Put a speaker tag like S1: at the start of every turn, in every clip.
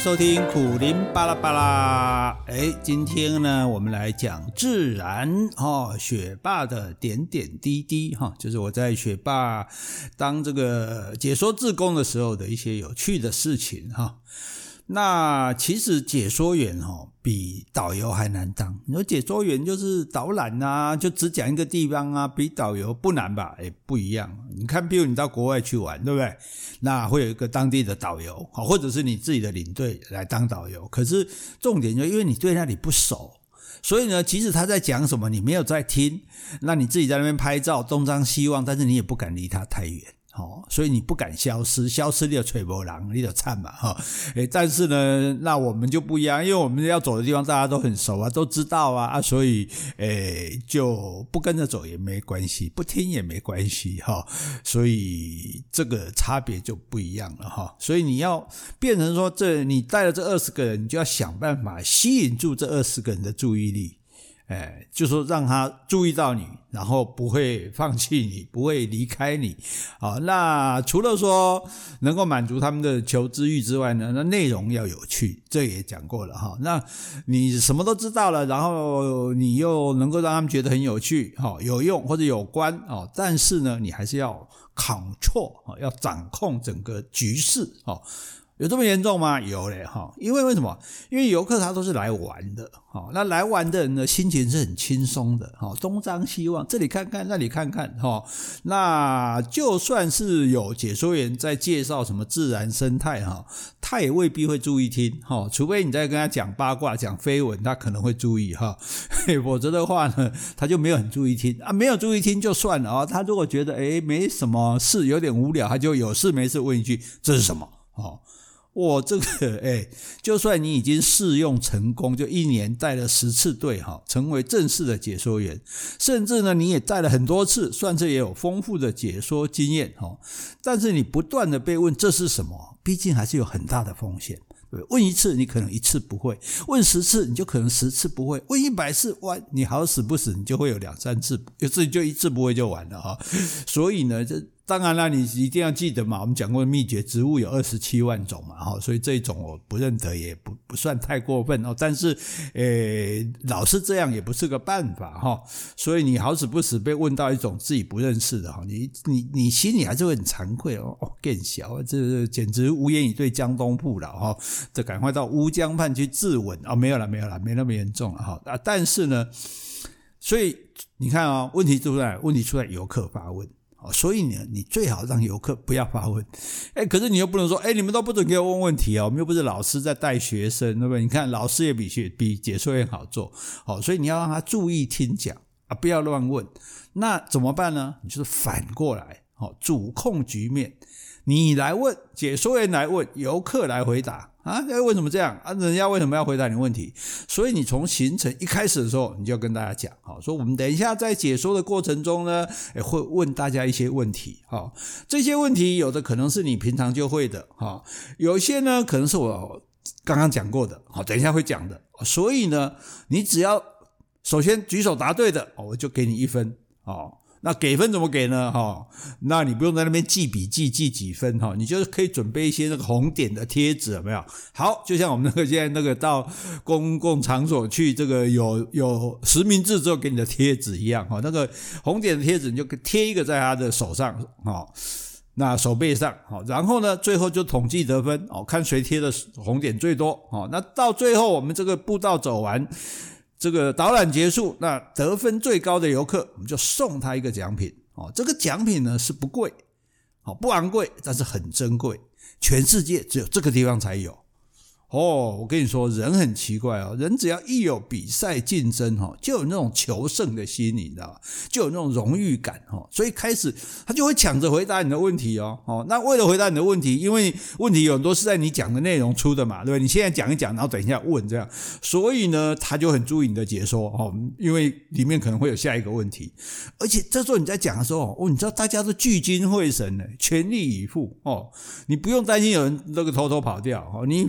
S1: 收听苦苓巴拉巴拉。今天呢，我们来讲自然学霸的点点滴滴就是我在学霸当这个解说志工的时候的一些有趣的事情那其实解说员比导游还难当。你说解说员就是导览啊，就只讲一个地方啊，比导游不难吧？不一样。你看，比如你到国外去玩，对不对？那会有一个当地的导游，或者是你自己的领队来当导游。可是重点就因为你对那里不熟，所以呢，即使他在讲什么，你没有在听，那你自己在那边拍照，东张西望，但是你也不敢离他太远。所以你不敢消失你就找不到人，你就惨嘛但是呢，那我们就不一样，因为我们要走的地方大家都很熟啊，都知道所以就不跟着走也没关系，不听也没关系所以这个差别就不一样了所以你要变成说你带了这20个人，你就要想办法吸引住这20个人的注意力。就说让他注意到你，然后不会放弃你，不会离开你。那除了说能够满足他们的求知欲之外呢，那内容要有趣，这也讲过了那你什么都知道了，然后你又能够让他们觉得很有趣有用或者有关但是呢，你还是要 control 要掌控整个局势有这么严重吗？有嘞因为什么？因为游客他都是来玩的那来玩的人呢，心情是很轻松的东张西望，这里看看那里看看那就算是有解说员在介绍什么自然生态他也未必会注意听除非你在跟他讲八卦讲绯闻，他可能会注意否则的话呢，他就没有很注意听没有注意听就算了他如果觉得没什么事有点无聊，他就有事没事问一句这是什么这个就算你已经试用成功，就1年带了10次队成为正式的解说员，甚至呢你也带了很多次，算是也有丰富的解说经验但是你不断的被问这是什么，毕竟还是有很大的风险。问1次你可能1次不会，问10次你就可能10次不会，问100次你好死不死你就会有2-3次，有次就1次不会就完了所以呢当然啦，你一定要记得嘛，我们讲过的秘诀，植物有27万种嘛所以这一种我不认得也不算太过分但是老是这样也不是个办法所以你好死不死被问到一种自己不认识的你心里还是会很惭愧更小，这简直无言以对江东父老这赶快到乌江畔去自刎没有啦，没那么严重了但是呢，所以你看问题出来游客发问所以呢，你最好让游客不要发问可是你又不能说你们都不准给我问问题我们又不是老师在带学生，对不对？你看老师也比解说员好做所以你要让他注意听讲不要乱问。那怎么办呢？你就是反过来主控局面，你来问，解说员来问，游客来回答为什么这样人家为什么要回答你问题？所以你从行程一开始的时候，你就要跟大家讲说我们等一下在解说的过程中呢会问大家一些问题这些问题有的可能是你平常就会的有一些呢可能是我刚刚讲过的等一下会讲的所以呢，你只要首先举手答对的我就给你1分那给分怎么给呢那你不用在那边记笔记记几分你就可以准备一些那个红点的贴纸，有没有？好，就像我们现在那个到公共场所去这个有实名制之后给你的贴纸一样那个红点的贴纸你就贴一个在他的手上那手背上然后呢最后就统计得分看谁贴的红点最多那到最后我们这个步道走完，这个导览结束，那得分最高的游客我们就送他一个奖品这个奖品呢是不贵不昂贵，但是很珍贵，全世界只有这个地方才有我跟你说人很奇怪人只要一有比赛竞争就有那种求胜的心，你知道吗？就有那种荣誉感所以开始他就会抢着回答你的问题那为了回答你的问题，因为问题有很多是在你讲的内容出的嘛，对不对？你现在讲一讲，然后等一下问这样，所以呢他就很注意你的解说因为里面可能会有下一个问题，而且这时候你在讲的时候你知道大家都聚精会神全力以赴你不用担心有人那个偷偷跑掉你反正要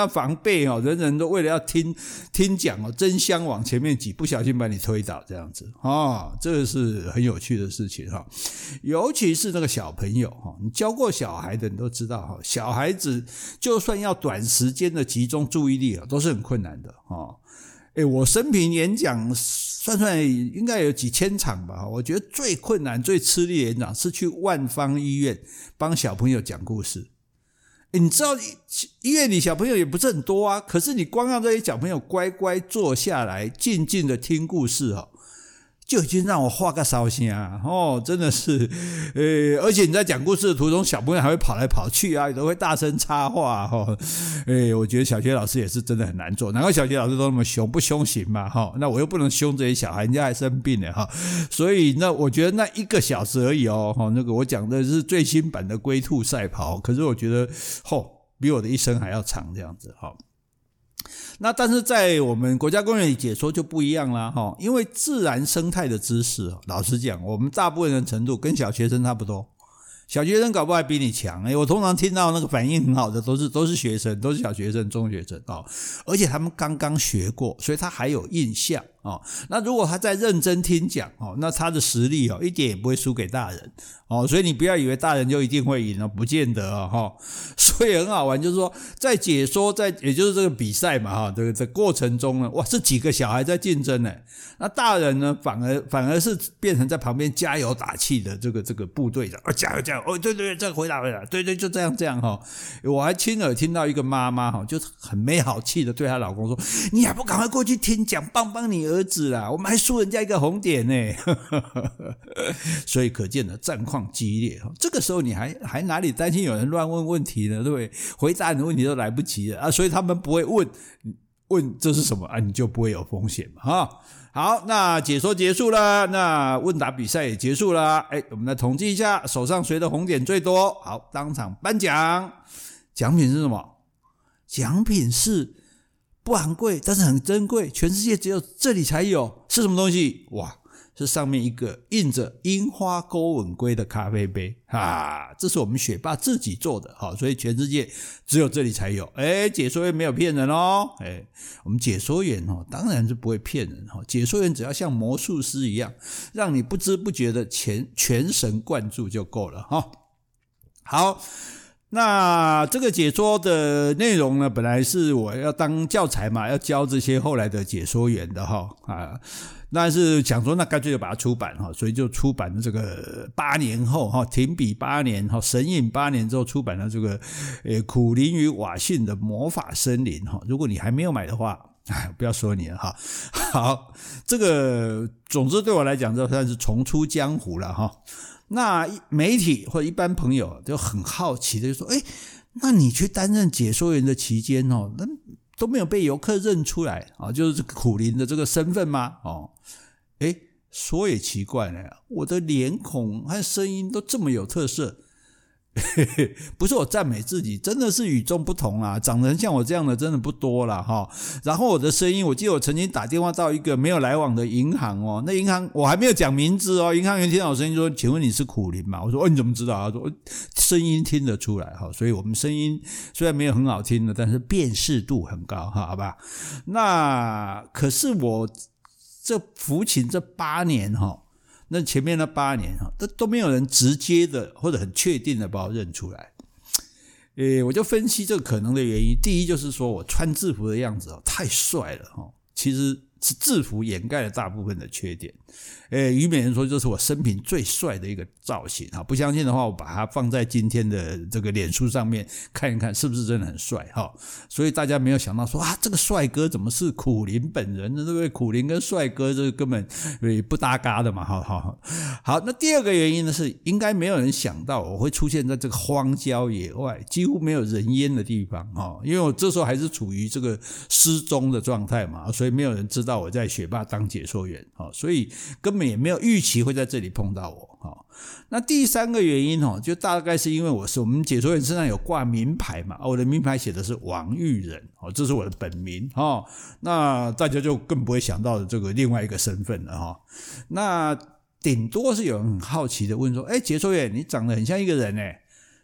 S1: 防备哦，人人都为了要听讲哦，争相往前面挤，不小心把你推倒这样子哦，这是很有趣的事情哈。尤其是那个小朋友哈，你教过小孩的你都知道哈，小孩子就算要短时间的集中注意力都是很困难的哦。我生平演讲算应该有几千场吧，我觉得最困难最吃力的演讲是去万芳医院帮小朋友讲故事。你知道医院里小朋友也不是很多啊，可是你光让这些小朋友乖乖坐下来静静的听故事就已经让我画个烧心啊！真的是，而且你在讲故事的途中，小朋友还会跑来跑去啊，有的会大声插话我觉得小学老师也是真的很难做，难怪小学老师都那么凶，不凶行嘛那我又不能凶这些小孩，人家还生病了所以那我觉得那1个小时而已那个我讲的是最新版的龟兔赛跑，可是我觉得比我的一生还要长这样子那但是在我们国家公园里解说就不一样啦因为自然生态的知识老实讲我们大部分人程度跟小学生差不多，小学生搞不好还比你强我通常听到那个反应很好的都是学生，都是小学生中学生而且他们刚刚学过，所以他还有印象那如果他在认真听讲那他的实力一点也不会输给大人所以你不要以为大人就一定会赢不见得所以很好玩，就是说在解说也就是这个比赛嘛这个过程中呢，哇，是几个小孩在竞争呢，那大人呢反而是变成在旁边加油打气的这个部队长加油对这个回答对就这样我还亲耳听到一个妈妈就很没好气的对她老公说，你还不赶快过去听讲帮你儿子啦，我们还输人家一个红点呢所以可见的战况激烈这个时候你还哪里担心有人乱问问题呢，对不对？回答你的问题都来不及了所以他们不会问这是什么你就不会有风险嘛好，那解说结束了，那问答比赛也结束了我们来统计一下手上谁的红点最多。好，当场颁奖，奖品是什么？奖品是不昂贵但是很珍贵，全世界只有这里才有，是什么东西？哇，是上面一个印着樱花钩吻龟的咖啡杯这是我们雪霸自己做的所以全世界只有这里才有解说员没有骗人我们解说员当然是不会骗人解说员只要像魔术师一样让你不知不觉的全神贯注就够了好，那这个解说的内容呢，本来是我要当教材嘛，要教这些后来的解说员的但是想说那干脆就把它出版所以就出版了这个8年后停笔8年神隐8年之后出版了这个苦苓与瓦信的魔法森林如果你还没有买的话不要说你了好，这个总之对我来讲这算是重出江湖了那媒体或者一般朋友就很好奇的就说那你去担任解说员的期间那都没有被游客认出来就是苦苓的这个身份吗说也奇怪了，我的脸孔和声音都这么有特色不是我赞美自己，真的是与众不同长得像我这样的真的不多啦然后我的声音，我记得我曾经打电话到一个没有来往的银行那银行我还没有讲名字银行员听到我声音说，请问你是苦苓吗？我说你怎么知道？他说声音听得出来所以我们声音虽然没有很好听的，但是辨识度很高好吧。那可是我这服勤这8年那前面那8年都没有人直接的或者很确定的把我认出来我就分析这个可能的原因。第一就是说我穿制服的样子太帅了其实是制服掩盖了大部分的缺点虞美人说这是我生平最帅的一个造型不相信的话我把它放在今天的这个脸书上面看一看是不是真的很帅所以大家没有想到说这个帅哥怎么是苦苓本人呢？对不对？苦苓跟帅哥这个根本不搭嘎的嘛好，那第二个原因呢是应该没有人想到我会出现在这个荒郊野外几乎没有人烟的地方因为我这时候还是处于这个失踪的状态嘛，所以没有人知道我在雪霸当解说员所以根本也没有预期会在这里碰到我那第三个原因就大概是因为我们解说员身上有挂名牌嘛我的名牌写的是王玉仁这是我的本名那大家就更不会想到的这个另外一个身份了那顶多是有人很好奇的问说解说员你长得很像一个人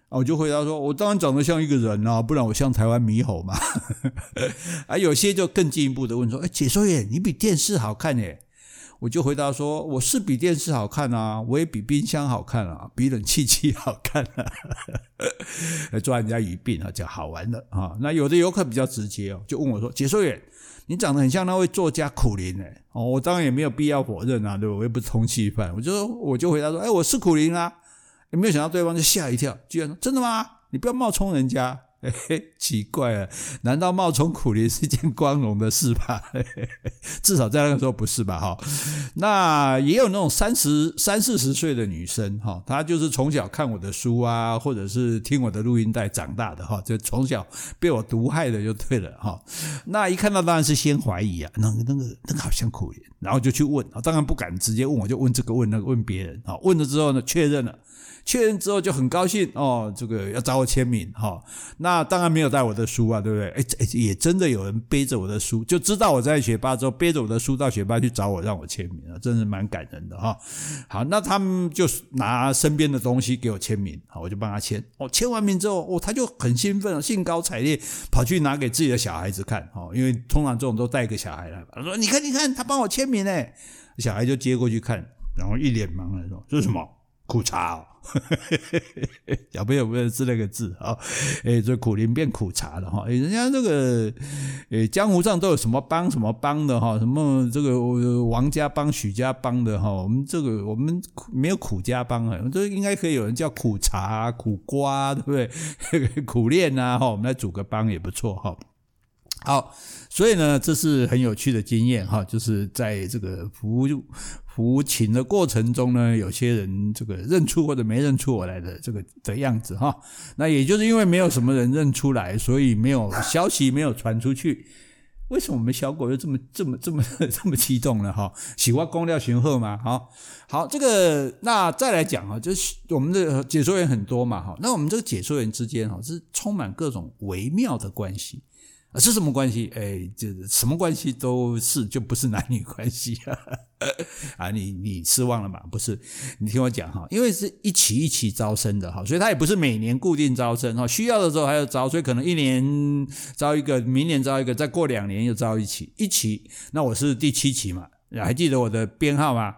S1: 我就回答说，我当然长得像一个人啊，不然我像台湾猕猴嘛。有些就更进一步的问说，解说员你比电视好看耶。我就回答说，我是比电视好看啊，我也比冰箱好看啊，比冷气机好看啊。抓人家语病啊，讲好玩的啊。那有的游客比较直接就问我说，解说员你长得很像那位作家苦苓我当然也没有必要否认啊，对吧？我又不是通缉犯，我就回答说，我是苦苓啊。也没有想到对方就吓一跳，居然说真的吗？你不要冒充人家。奇怪了，难道冒充苦苓是一件光荣的事吧？至少在那个时候不是吧？那也有那种30-40岁的女生，她就是从小看我的书啊，或者是听我的录音带长大的，就从小被我毒害的就对了。那一看到当然是先怀疑啊，那个好像苦苓，然后就去问，当然不敢直接问我，就问这个问那个问别人，问了之后呢确认之后就很高兴这个要找我签名那当然没有带我的书啊，对不对？也真的有人背着我的书，就知道我在学霸之后背着我的书到学霸去找我让我签名真是蛮感人的好，那他们就拿身边的东西给我签名，我就帮他签签完名之后他就很兴奋兴高采烈跑去拿给自己的小孩子看因为通常这种都带一个小孩来，他说你看他帮我签名耶，小孩就接过去看，然后一脸茫然说这是什么苦茶小朋友不认识那个字这苦苓变苦茶了人家这个江湖上都有什么帮什么帮的什么这个王家帮许家帮的我们没有苦家帮这应该可以有人叫苦茶苦瓜对不对苦练啊我们来组个帮也不错好，所以呢这是很有趣的经验就是在这个服勤的过程中呢，有些人这个认出或者没认出我来的这个的样子那也就是因为没有什么人认出来，所以没有消息没有传出去。为什么我们小狗又这么激动呢喜欢公料雄厚嘛好，这个那再来讲就是我们的解说员很多嘛那我们这个解说员之间是充满各种微妙的关系。是什么关系？这什么关系都是，就不是男女关系你失望了嘛？不是，你听我讲因为是一期招生的所以他也不是每年固定招生需要的时候还要招，所以可能一年招一个，明年招一个，再过2年又招一期。那我是第7期嘛，还记得我的编号吗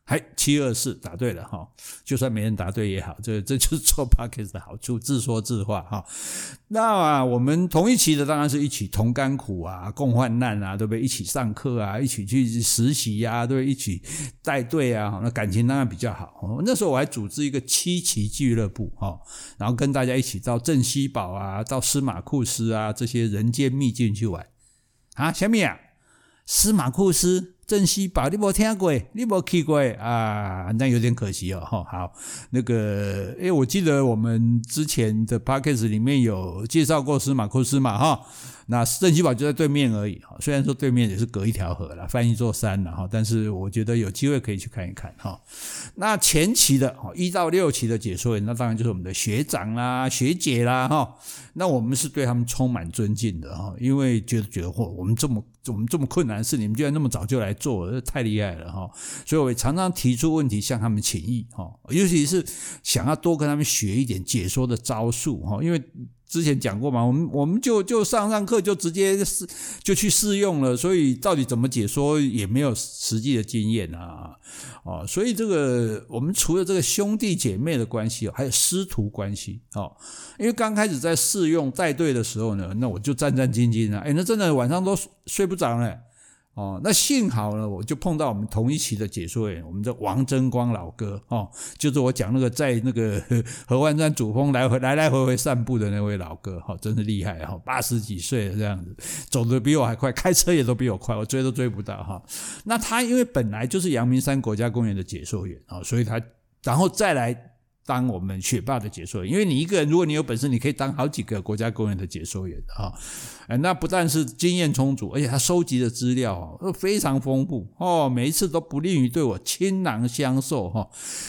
S1: ？724答对了就算没人答对也好，这就是做 Podcast 的好处，自说自话那我们同一期的当然是一起同甘苦啊，共患难啊，对不对？一起上课啊，一起去实习啊，对不对？一起带队啊，那感情当然比较好那时候我还组织一个7期俱乐部然后跟大家一起到镇西堡啊，到司马库斯啊，这些人间秘境去玩什么司马库斯镇西堡你没听过，你没去过那有点可惜好，那个我记得我们之前的 Podcast 里面有介绍过司马库斯嘛那镇西堡就在对面而已虽然说对面也是隔一条河啦，翻一座山啦但是我觉得有机会可以去看一看那前期的1到6期的解说员，那当然就是我们的学长啦学姐啦那我们是对他们充满尊敬的因为觉得我们这么困难的事，你们居然那么早就来做，这太厉害了所以我也常常提出问题向他们请益尤其是想要多跟他们学一点解说的招数因为之前讲过嘛，我们就上课就直接就去试用了，所以到底怎么解说也没有实际的经验所以这个我们除了这个兄弟姐妹的关系还有师徒关系因为刚开始在试用带队的时候呢，那我就战战兢兢那真的晚上都睡不着了那幸好呢，我就碰到我们同一期的解说员，我们的王争光老哥就是我讲那个在那个合欢山主峰来回散步的那位老哥真是厉害80几岁了这样子，走得比我还快，开车也都比我快，我追都追不到那他因为本来就是阳明山国家公园的解说员所以他然后再来当我们学霸的解说员，因为你一个人如果你有本事，你可以当好几个国家公园的解说员那不但是经验充足，而且他收集的资料非常丰富每一次都不吝于对我倾囊相授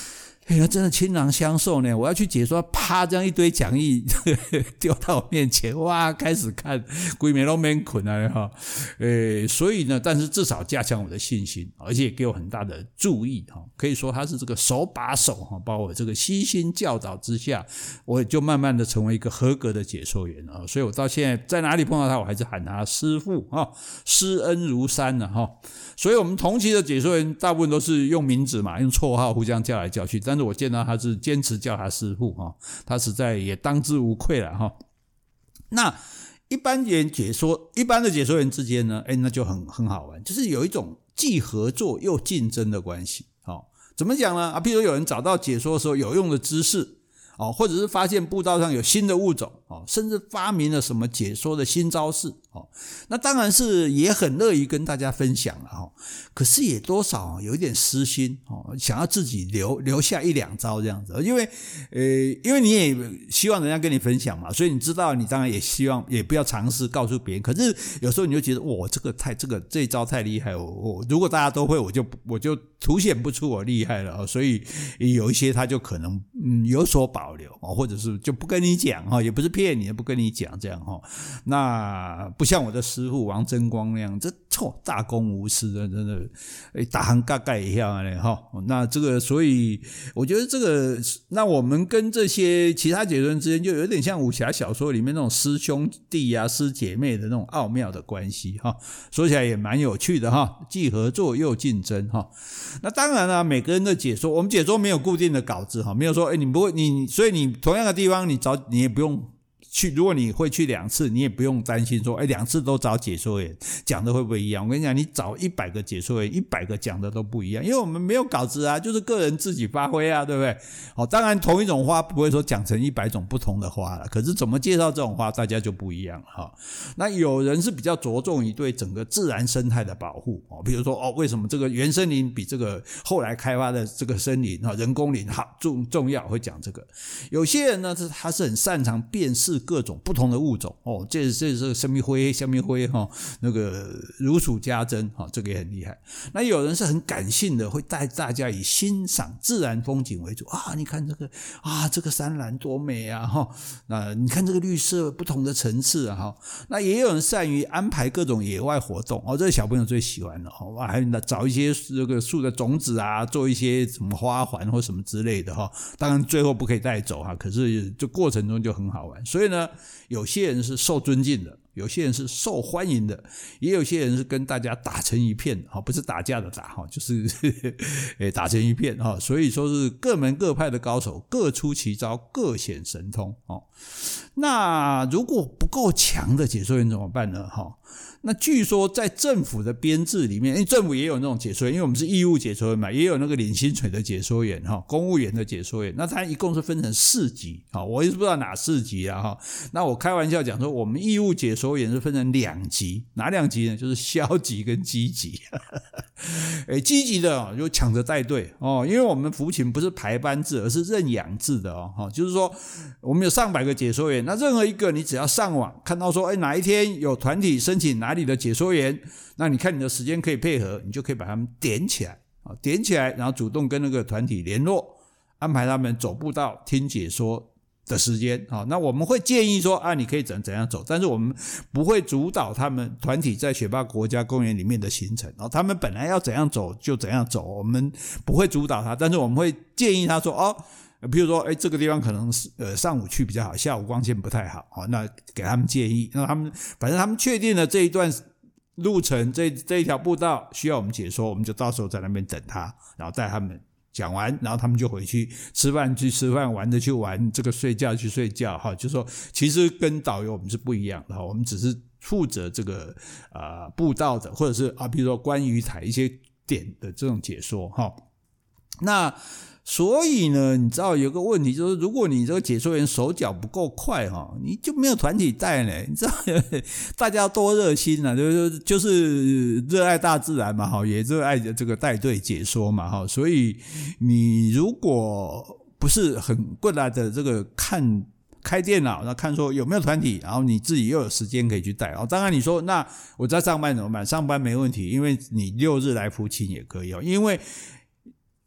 S1: 那真的亲囊相授呢！我要去解说，啪，这样一堆讲义丢到我面前，哇，开始看，规暝都免困啊哈！所以呢，但是至少加强我的信心，而且给我很大的注意哈。可以说他是这个手把手哈，把我这个悉心教导之下，我就慢慢的成为一个合格的解说员啊。所以我到现在在哪里碰到他，我还是喊他师父啊，师恩如山啊哈。所以我们同期的解说员大部分都是用名字嘛，用绰号互相叫来叫去。但是我见到他是坚持叫他师父哈，他实在也当之无愧了哈。那一般的解说员之间呢，那就很好玩，就是有一种既合作又竞争的关系。怎么讲呢？譬如有人找到解说的时候有用的知识，或者是发现步道上有新的物种，甚至发明了什么解说的新招式，那当然是也很乐意跟大家分享了，可是也多少有一点私心，想要自己留下一两招这样子，因为你也希望人家跟你分享嘛，所以你知道你当然也希望也不要尝试告诉别人，可是有时候你就觉得哇，这一招太厉害，我如果大家都会，我就凸显不出我厉害了，所以有一些他就可能有所保留，或者是就不跟你讲，也不是骗你，不跟你讲这样，那不像我的师父王真光那样，这大公无私的，真的大行嘎嘎一样哈。那这个，所以我觉得这个，那我们跟这些其他解说员之间，就有点像武侠小说里面那种师兄弟啊、师姐妹的那种奥妙的关系哈。说起来也蛮有趣的哈，既合作又竞争哈。那当然了，每个人的解说，我们解说没有固定的稿子哈，没有说所以你同样的地方你也不用去，如果你会去2次，你也不用担心说2次都找解说员讲的会不会一样。我跟你讲，你找100个解说员，100个讲的都不一样，因为我们没有稿子啊，就是个人自己发挥啊，对不对？当然同一种花不会说讲成100种不同的花了，可是怎么介绍这种花大家就不一样了。那有人是比较着重于对整个自然生态的保护，比如说为什么这个原生林比这个后来开发的这个森林人工林好重要，会讲这个。有些人呢他是很擅长辨识各种不同的物种，这是什么灰那个如数家珍，这个也很厉害。那有人是很感性的，会带大家以欣赏自然风景为主啊，你看这个山岚多美啊，那你看这个绿色不同的层次啊，那也有人善于安排各种野外活动，这个小朋友最喜欢了，还找一些这个树的种子啊，做一些什么花环或什么之类的，当然最后不可以带走，可是这过程中就很好玩。所以呢，有些人是受尊敬的，有些人是受欢迎的，也有些人是跟大家打成一片的，不是打架的打，就是打成一片，所以说是各门各派的高手各出奇招，各显神通。那如果不够强的解说员怎么办呢？那据说在政府的编制里面，因为政府也有那种解说员，因为我们是义务解说员嘛，也有那个领薪水的解说员，公务员的解说员，那它一共是分成4级，我也不知道哪4级啊。那我开玩笑讲说，我们义务解说员是分成2级，哪2级呢？就是消极跟积极。积极的就抢着带队因为我们服勤不是排班制，而是认养制的就是说我们有上百个解说员，那任何一个你只要上网看到说哪一天有团体申请哪里的解说员，那你看你的时间可以配合，你就可以把他们点起来，然后主动跟那个团体联络，安排他们走步道听解说的时间。那我们会建议说你可以怎样走，但是我们不会主导他们团体在雪霸国家公园里面的行程，他们本来要怎样走就怎样走，我们不会主导他，但是我们会建议他说比如说这个地方可能上午去比较好，下午光线不太好，那给他们建议，那反正他们确定了这一段路程，这一条步道需要我们解说，我们就到时候在那边等他，然后带他们讲完，然后他们就回去吃饭去吃饭，玩的去玩，这个睡觉去睡觉，就说其实跟导游我们是不一样的，我们只是负责这个步道的，或者是比如说观鱼台一些点的这种解说。那所以呢，你知道有个问题，就是如果你这个解说员手脚不够快你就没有团体带呢。你知道大家多热心啊，就是热爱大自然嘛，也热爱这个带队解说嘛，所以你如果不是很过来的这个开电脑，然后看说有没有团体，然后你自己又有时间可以去带。当然你说那我在上班怎么办？上班没问题，因为你6日来服勤也可以因为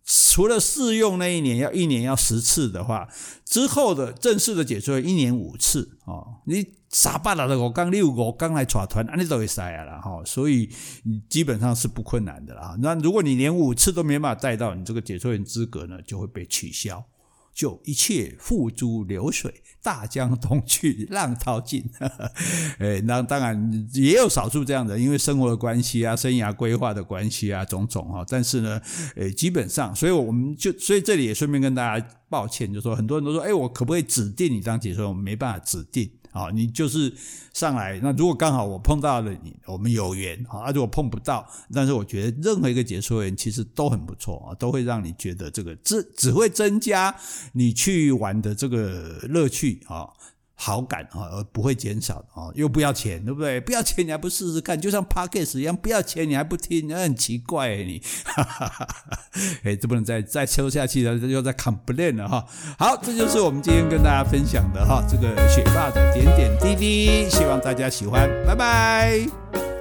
S1: 除了试用那一年要10次的话，之后的正式的解说员1年5次你365天你有5天来带团你都会可以啦所以基本上是不困难的啦。那如果你连5次都没办法带到，你这个解说员资格呢就会被取消，就一切付诸流水，大江东去，浪淘尽。那当然也有少数这样的，因为生活的关系啊，生涯规划的关系啊，种种但是呢，基本上，所以这里也顺便跟大家抱歉，就说很多人都说，我可不可以指定你当解说员？我们没办法指定。你就是上来，那如果刚好我碰到了你，我们有缘如果碰不到，但是我觉得任何一个解说员其实都很不错都会让你觉得这个只会增加你去玩的这个乐趣好感而不会减少又不要钱，对不对？不要钱你还不试试看，就像 Podcast 一样，不要钱你还不听，很奇怪你这不能再抽下去了，又在 complain 了好，这就是我们今天跟大家分享的这个学霸的点点滴滴，希望大家喜欢，拜拜。